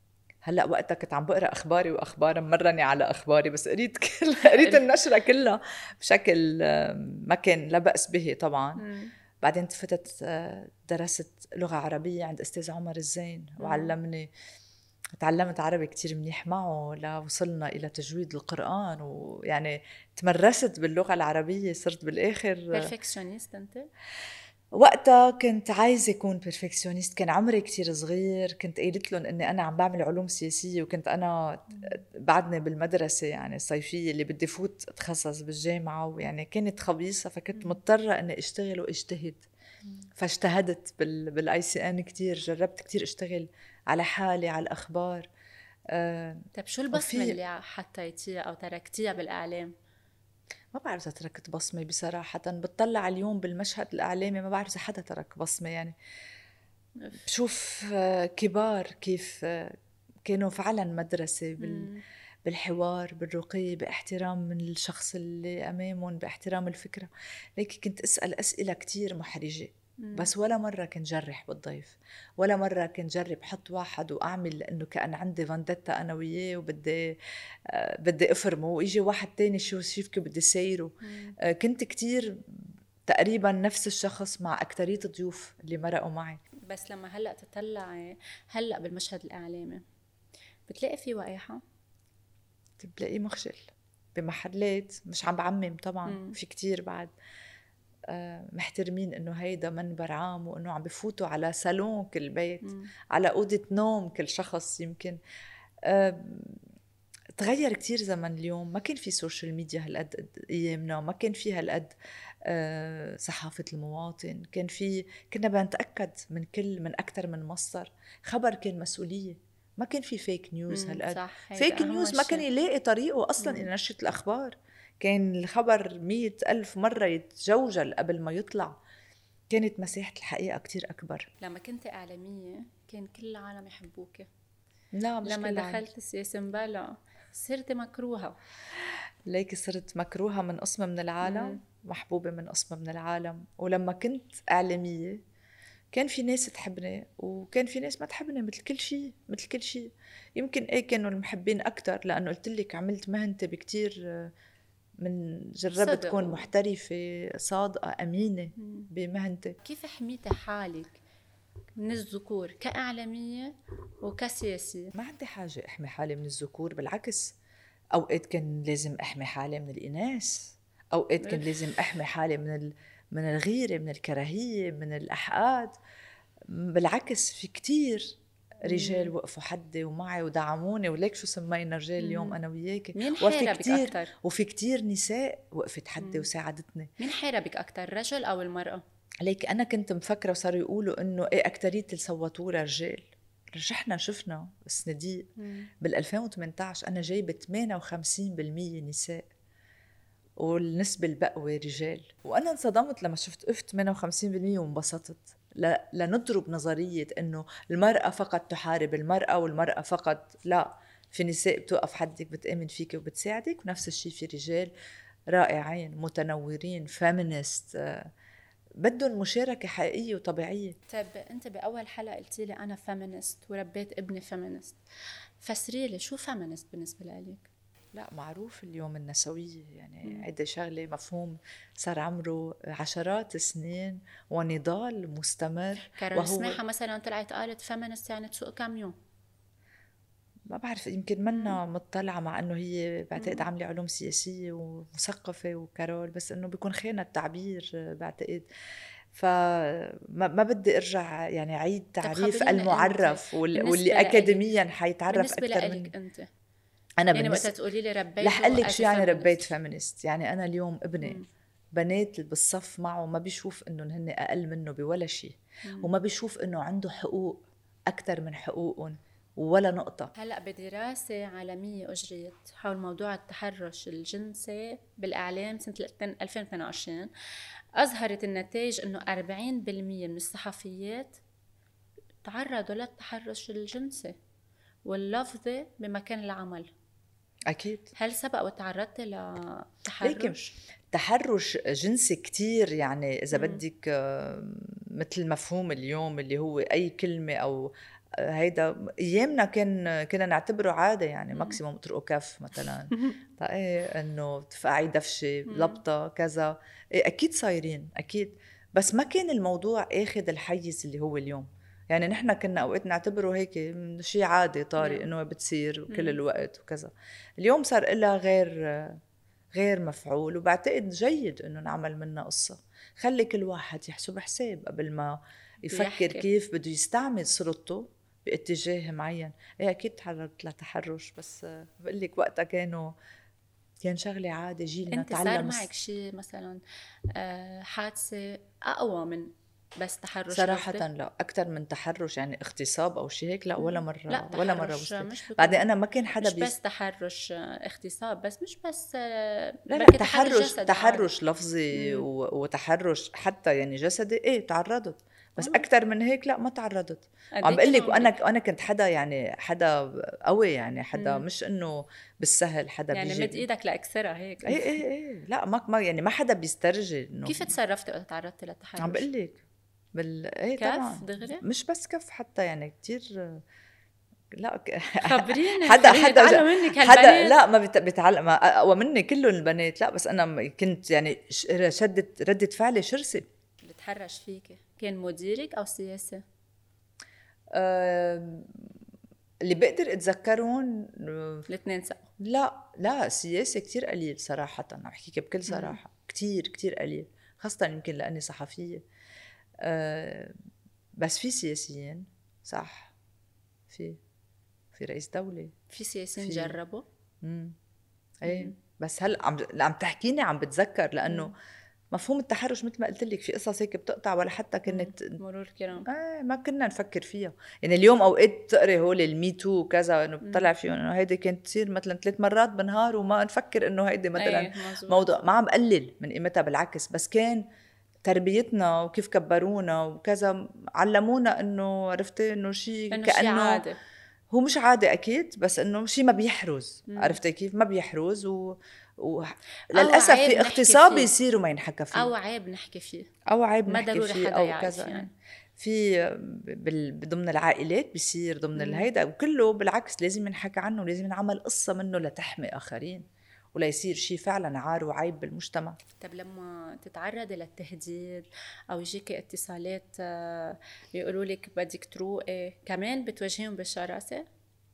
هلا وقتها كنت عم بقرا اخباري واخبار مرني على اخباري، بس قريت قريت النشره كلها بشكل ما كان لا باس به طبعا. بعدين فتت درست لغه عربيه عند استاذ عمر الزين وعلمني. تعلمت عربي كتير منيح معه لوصلنا إلى تجويد القرآن، ويعني تمرست باللغة العربية، صرت بالآخر بيرفكشنست أنت؟ وقتها كنت عايزة أكون بيرفكشنست، كان عمري كتير صغير، كنت قايلت لهم إني أنا عم بعمل علوم سياسية، وكنت أنا بعدني بالمدرسة يعني الصيفية اللي بدي فوت أتخصص بالجامعة، ويعني كانت خبيصة، فكنت مضطرة إني أشتغل وأجتهد. فاجتهدت بالاي سي ان كتير، جربت كتير اشتغل على حالي على الاخبار. طيب شو البصمه اللي حطيتيها او تركتيها بالاعلام؟ ما بعرف اذا تركت بصمه بصراحه، بتطلع اليوم بالمشهد الاعلامي ما بعرف اذا حدا ترك بصمه يعني. بشوف كبار كيف كانوا فعلا مدرسه بالحوار، بالرقي، باحترام من الشخص اللي امامهم، باحترام الفكره. لكن كنت اسال اسئله كتير محرجه، بس ولا مرة كنت جرح بالضيف، ولا مرة كنت جرب حط واحد وأعمل لأنه كأن عندي فانديتا أنا وياه وبدي بدي أفرمه، ويجي واحد تاني شو شيفكي بدي سيره. كنت كتير تقريبا نفس الشخص مع أكترية الضيوف اللي مرقوا معي. بس لما هلأ تطلعي هلأ بالمشهد الإعلامي بتلاقي في وقاحة؟ بتلاقيه مخجل بمحلات، مش عم بعمم طبعا. في كتير بعد محترمين انه هيدا منبر عام، وانه عم بفوتوا على صالون كل بيت، على أوضة نوم كل شخص. يمكن تغير كتير زمن اليوم، ما كان في سوشيال ميديا هالقد ايامنا، ما كان في هالقد صحافة المواطن، كنا بنتأكد من أكتر من مصدر. خبر كان مسؤولية، ما كان في فيك نيوز هالقد. فيك نيوز ما كان يلاقي طريقه أصلا إلى نشرة الأخبار. كان الخبر 100,000 مرة يتجوجل قبل ما يطلع. كانت مساحة الحقيقة كتير أكبر. لما كنت إعلامية كان كل العالم يحبوك. لا مش لما دخلت السياسة مبلا صرت مكروهة. ليك صرت مكروهة من قسم من العالم، محبوبة من قسم من العالم. ولما كنت إعلامية كان في ناس تحبني وكان في ناس ما تحبني، مثل كل شيء. يمكن كانوا المحبين أكتر لأنه قلت لك عملت مهنتي بكتير، من جربت تكون محترفة صادقة أمينة بمهنتي. كيف حميتي حالك من الذكور كإعلامية وكسياسية؟ ما عندي حاجة أحمي حالي من الذكور، بالعكس أوقات كان لازم أحمي حالي من الإناث، أوقات كان لازم أحمي حالي من الغيرة، من الكراهية، من الأحقاد. بالعكس في كتير رجال وقفوا حدي ومعي ودعموني، وليك شو سمينا رجال اليوم أنا وياكي. مين حاربك أكتر؟ وفي كتير نساء وقفت حدي وساعدتني. مين حاربك أكتر، الرجل أو المرأة؟ ليك أنا كنت مفكرة وصاروا يقولوا إنه أكترية اللي صوتوا رجال. رجعنا شفنا الصناديق بال 2018 أنا جايبة 58% نساء والنسبة البقوة رجال. وأنا انصدمت لما شفت 58% وانبسطت. لنضرب نظرية إنه المرأة فقط تحارب المرأة والمرأة فقط لا، في نساء بتوقف حدك بتأمن فيك وبتساعدك، ونفس الشيء في رجال رائعين متنورين فيمينيست بدهم مشاركة حقيقية وطبيعية. طيب أنت بأول حلقة قلتي لي أنا فيمينيست وربيت ابني فيمينيست، فسري لي شو فيمينيست بالنسبة لك؟ لا معروف اليوم النسوية يعني هيدا شغلة مفهوم صار عمره عشرات السنين ونضال مستمر. كارول سماحة مثلا طلعت قالت فيمينيست يعني تسوق كاميون. ما بعرف يمكن منا مطلعة، مع انه هي بعتقد عاملة علوم سياسية ومثقفة وكارول، بس انه بيكون خانة التعبير بعتقد. فما بدي ارجع يعني عيد تعريف المعرف واللي اكاديميا حيتعرف اكثر مني. انت انا يعني وقت تقولي لي ربيت، رح اقول لك شو يعني ربيت فيمينيست. يعني انا اليوم ابني بنات بالصف معه ما بيشوف انه هن اقل منه بولا شيء، وما بيشوف انه عنده حقوق اكثر من حقوقهم ولا نقطة. هلأ بدراسة عالمية أجريت حول موضوع التحرش الجنسي بالإعلام سنة 2022 أظهرت النتائج أنه 40% من الصحفيات تعرضوا للتحرش الجنسي واللفظي بمكان العمل. أكيد. هل سبق وتعرضت لتحرش؟ تحرش جنسي كتير يعني إذا بدك مثل مفهوم اليوم اللي هو أي كلمة أو هيدا ايامنا كنا نعتبره عادي يعني ماكسيموم اطرقوا كف مثلا. طيب ايه انه تفقعي دفشه لبطه كذا، إيه اكيد صايرين اكيد، بس ما كان الموضوع اخذ الحيز اللي هو اليوم. يعني نحن كنا اوقات نعتبره هيك شيء عادي طارئ انه بتصير كل الوقت وكذا. اليوم صار لها غير مفعول، وبعتقد جيد انه نعمل منها قصه. خلي كل واحد يحسب حساب قبل ما يفكر كيف بده يستعمل سلطته باتجاه معين. ايه اكيد تعرضت لتحرش، بس بقول لك وقتها كان شغله عادي. جيلنا انت صار معك شيء مثلا حادثه اقوى من بس تحرش؟ صراحة لا، أكتر من تحرش يعني اغتصاب أو شيء هيك لا، ولا مرة. لا ولا مرة وصلت. بعدين أنا ما كان حدا مش بس تحرش اغتصاب، بس مش بس لا تحرش لفظي وتحرش حتى يعني جسدي. إيه تعرضت، بس أكتر من هيك لا ما تعرضت. وعم بقول لك أنا كنت حدا يعني حدا قوي يعني حدا مش إنه بالسهل حدا يعني بيجي مد إيدك لأكسرها هيك. إيه لا ما يعني ما حدا بيسترجي إنه. كيف تصرفتي وقت تعرضتي للتحرش؟ عم بقول لك ايه كف طبعا دغري؟ مش بس كف حتى يعني كتير. لا خبريني حدا منك هالبنات. لا ما بيتعلم اقوى مني كلهم البنات. لا بس انا كنت يعني شدت ردة فعلي شرسة. اللي تحرش فيك كان مديرك او سياسي؟ اللي بقدر اتذكرهم الاثنين سوا. لا سياسي كتير قليل صراحة، عم بحكيك بكل صراحة. كتير قليل، خاصة يمكن لأني صحفية. بس في سياسيين صح، في رئيس دولة، في سياسيين جربوا. ايه بس هلا عم تحكيني عم بتذكر، لانه مفهوم التحرش مثل ما قلت لك في قصص هيك بتقطع ولا حتى كانت مرور كرام. ما كنا نفكر فيها. يعني اليوم اوقات تقري هول الميتو وكذا انه بطلع فيهم انه هيدي كانت تصير مثلا 3 مرات بالنهار وما نفكر انه هيدي مثلا موضوع. ما عم قلل من قيمتها بالعكس، بس كان تربيتنا وكيف كبرونا وكذا علمونا انه عرفتي انه شيء كانه عادي. هو مش عادي اكيد، بس انه شيء ما بيحرز. عرفتي كيف ما بيحرز للاسف في اغتصاب يصير وما ينحكى فيه، او عيب نحكي فيه، او عيب ما نحكي ضروري فيه حدا او يعرف كذا يعني. في ضمن العائلات بيصير ضمن الهيدا، وكله بالعكس لازم ينحكى عنه، لازم نعمل قصة منه لتحمي آخرين ولا يصير شيء فعلا عار وعيب بالمجتمع. طب لما تتعرضي للتهديد او يجيك اتصالات يقولوا لك بدك تروقي، كمان بتواجههم بالشراسة؟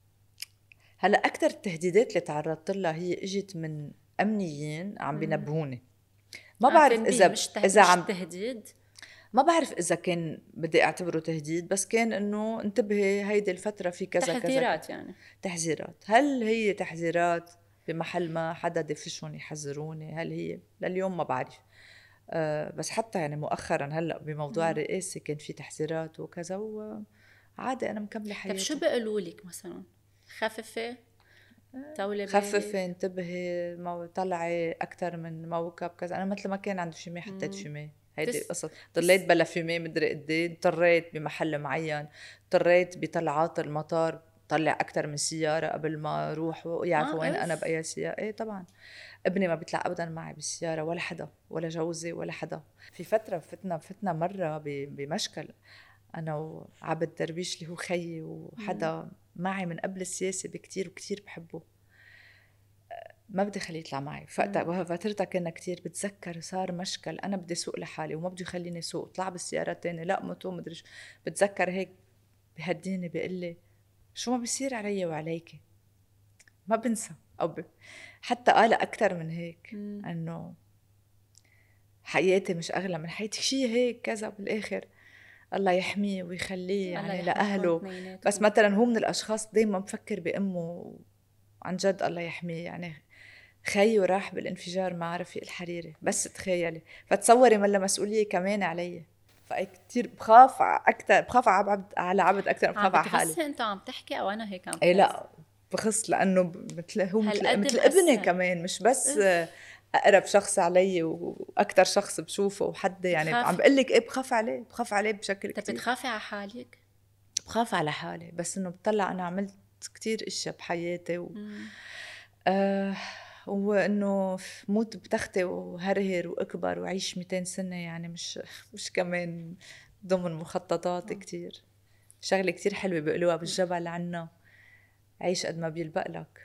هلا اكثر التهديدات اللي تعرضت لها هي اجت من امنيين عم بينبهوني. ما بعرف اذا عم تهديد، ما بعرف اذا كان بدي اعتبره تهديد، بس كان انه انتبهي هيدي الفتره في كذا تحذيرات كذا. يعني تحذيرات. هل هي تحذيرات بمحل ما حدا دفشون يحذروني؟ هل هي لليوم ما بعرف. بس حتى يعني مؤخرا هلا بموضوع الرئاسه كان في تحذيرات وكذا، وعادي انا مكمله حياتي. طب شو بيقولوا لك مثلا؟ خففي، طولي بالك، خففي، انتبهي، طلعي اكثر من موكب كذا. انا مثل ما كان عندي فيمي حطيت فيمي، هيدي قصة. ضليت بلا فيمي مدري قد ايه، اضطريت بمحل معين، اضطريت بطلعات المطار طلع اكثر من سياره قبل ما اروح ويعرفوا وين انا باي سياره. ايه طبعا ابني ما بيطلع ابدا معي بالسياره، ولا حدا، ولا جوزي ولا حدا. في فتره فتنا مره بمشكل انا وعبد درويش اللي هو خيي وحدا معي من قبل السياسه بكتير وكتير بحبه، ما بدي خليه يطلع معي. فترتها كنا كتير بتذكر صار مشكل، انا بدي سوق لحالي وما بده يخليني اسوق، طلع بالسياره الثانيه لا موتو مدري شو. بتذكر هيك بهديني بيقول لي شو ما بيصير علي وعليكي، ما بنسى. حتى قال اكثر من هيك انه حياتي مش اغلى من حياتك، شيء هيك كذا. بالاخر الله يحميه ويخليه يعني لاهله. بس مثلا هو من الاشخاص دايما بفكر بامه عن جد، الله يحميه. يعني خيو راح بالانفجار مع رفيق الحريري، بس تخيلي. فتصوري ملا مسؤوليه كمان علي. فكتير بخاف اكثر، بخاف على عبد اكثر، بخاف على حالي. بتخصي انت عم تحكي او انا هيك عم اي لا بخص، لانه هو مثل ابني كمان، مش بس اقرب شخص علي واكثر شخص بشوفه وحد يعني عم بقول لك ايه بخاف عليه بشكل كتير. بتخافي على حالك؟ بخاف على حالي، بس انه بطلع انا عملت كتير اشياء بحياتي وانه موت بتختي وهرهر واكبر وعيش 200 سنه، يعني مش كمان ضمن مخططاتي كتير. شغلة كتير حلوة بيقولوها بالجبل عنا، عيش قد ما بيلبق لك.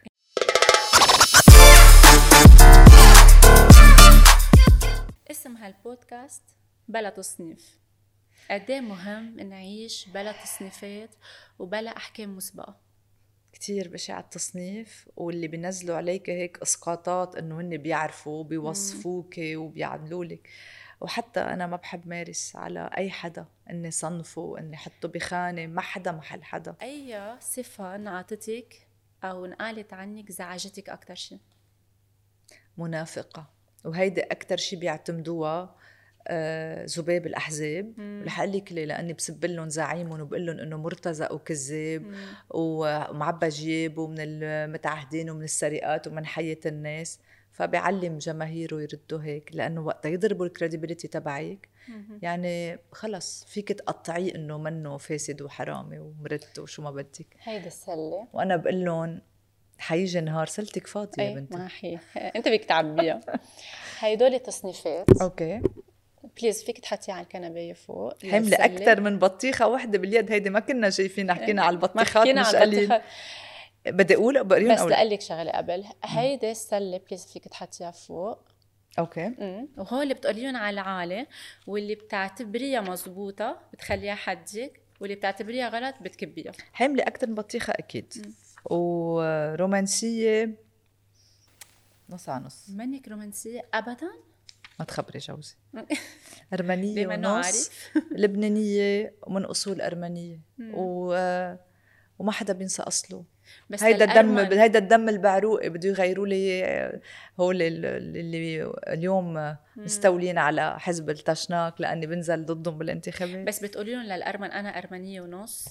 اسم هالبودكاست بلا تصنيف. قديه مهم نعيش بلا تصنيفات وبلا أحكام مسبقة. كتير بشع التصنيف، واللي بينزلوا عليك هيك اسقاطات انه هن بيعرفوا بيوصفوك وبيعملولك. وحتى انا ما بحب مارس على اي حدا اني صنفه اني حطه بخانه، ما حدا محل حدا. اي صفه انعطتك او انقالت عنك زعجتك اكثر شيء؟ منافقه، وهيدي اكثر شيء بيعتمدوها ذباب الأحزاب. رح أقول لك ليه، لأني بسب لهم زعيمهم وبقول لهم إنه مرتزق وكذاب ومعبى جيبه من المتعهدين ومن السرقات ومن حية الناس، فبيعلم جماهيره يردوا هيك، لأنه وقت يضربوا الكريديبيليتي تبعك يعني خلص فيك تقطعيه إنه منه فاسد وحرامي ومرت وشو ما بدك. هيدي السلة. وأنا بقول لهم حيجي نهار سلتك فاضية يا بنتي. ما هي أنت بدك تعبيها. هيدول تصنيفات. أوكي بليز فيك تحطيها على الكنباية فوق. حملة أكتر من بطيخة واحدة باليد، هيدي ما كنا شايفين، حكينا على البطيخات مش قليل. بدي أقول بقريون بس لأقلك شغلة قبل هيدي السلة بليز فيك تحطيها فوق. أوكي. وهو اللي بتقوليون على العالة، واللي بتعتبريها مزبوطة بتخليها حدك، واللي بتعتبريها غلط بتكبيها. حملة أكتر من بطيخة أكيد. ورومانسية نص على نص. منك رومانسية أبداً؟ ما تخبري جوزي. أرمنية ونص لبنانية ومن أصول أرمنية وما حدا بينسى أصله. بس هيدا الدم البعروقي بده يغيروا لي هول اللي اليوم مستولين على حزب التشناك لأني بنزل ضدهم بالانتخابات. بس بتقولي لهم للأرمن أنا أرمنية ونص؟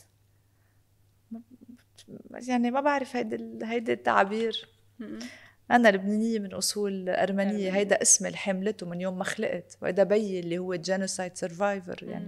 يعني ما بعرف هيدا التعبير. أنا لبنانية من أصول أرمنية. هيدا اسم اللي حملته من يوم ما خلقت، وهيدا بيي اللي هو جينوسايد سيرفايفر. يعني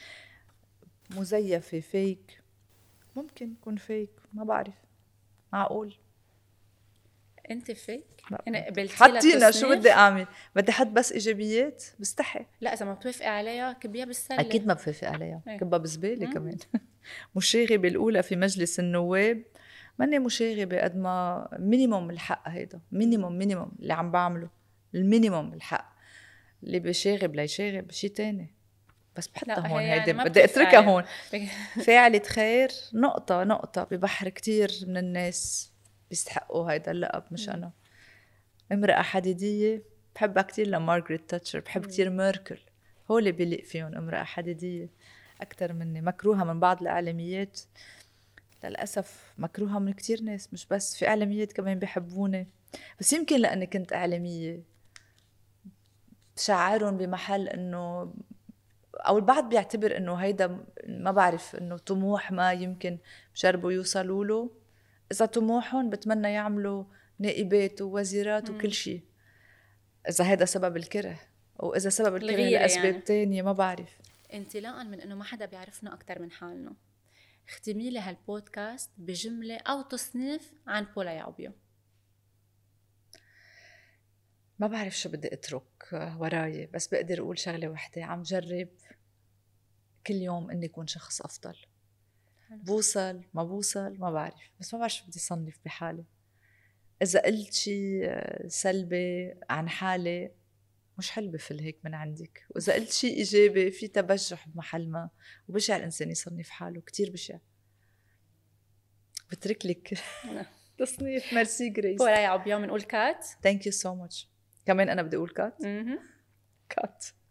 مزيفة فيك، ممكن يكون فيك، ما بعرف. معقول انت فيك؟ انا حطينا شو بدي اعمل؟ بدي احط بس ايجابيات؟ بستحي. لا اذا ما بتوافقي عليها كبيها بالسله. اكيد ما بوافق عليها، كبها بزباله كمان. مشاغبه الاولى في مجلس النواب، ماني مشاغبه قد ما مينيموم الحق. هيدا مينيموم اللي عم بعمله، المينيموم الحق. اللي بيشاغب ليشاغب شيء تاني. بس بحطها هون هيدي يعني بدي اتركها هون. فاعلة خير نقطة ببحر كتير من الناس بيستحقوا هيدا اللقب، مش أنا. امرأة حديدية بحبها كتير لمارغريت تاتشر، بحب كتير ميركل، هو اللي بيليق فيهم امرأة حديدية أكتر مني. مكروهة من بعض الإعلاميات للأسف، مكروهة من كتير ناس، مش بس في إعلاميات كمان بيحبوني، بس يمكن لأني كنت إعلامية بشعرهم بمحل إنه، أو البعض بيعتبر إنه هيدا ما بعرف إنه طموح ما يمكن بجربوا يوصلوا له. إذا طموحهم بتمنى يعملوا نائبات ووزيرات وكل شيء. إذا هيدا سبب الكره، وإذا سبب الكره لأسباب يعني تانية ما بعرف. انطلاقا من إنه ما حدا بيعرفنا أكتر من حالنا، اختمي لي هالبودكاست بجملة أو تصنيف عن بولا يعوبيو. ما بعرف شو بدي أترك وراي، بس بقدر أقول شغلة وحدة، عم جرب كل يوم إني أكون شخص أفضل. بوصل ما بوصل ما بعرف، بس ما بعرف شو بدي صنف بحالي. إذا قلت شيء سلبي عن حالي مش حلبة في هيك من عندك، وإذا قلت شيء إيجابي في تبجح بمحل ما، وبشع الإنسان يصنف حاله، كتير بشع. بترك لك تصنيف. ميرسي جريس. بولا يعوبيو. منقول كات. Thank you so much. كمان أنا بدي أقول كات. كات.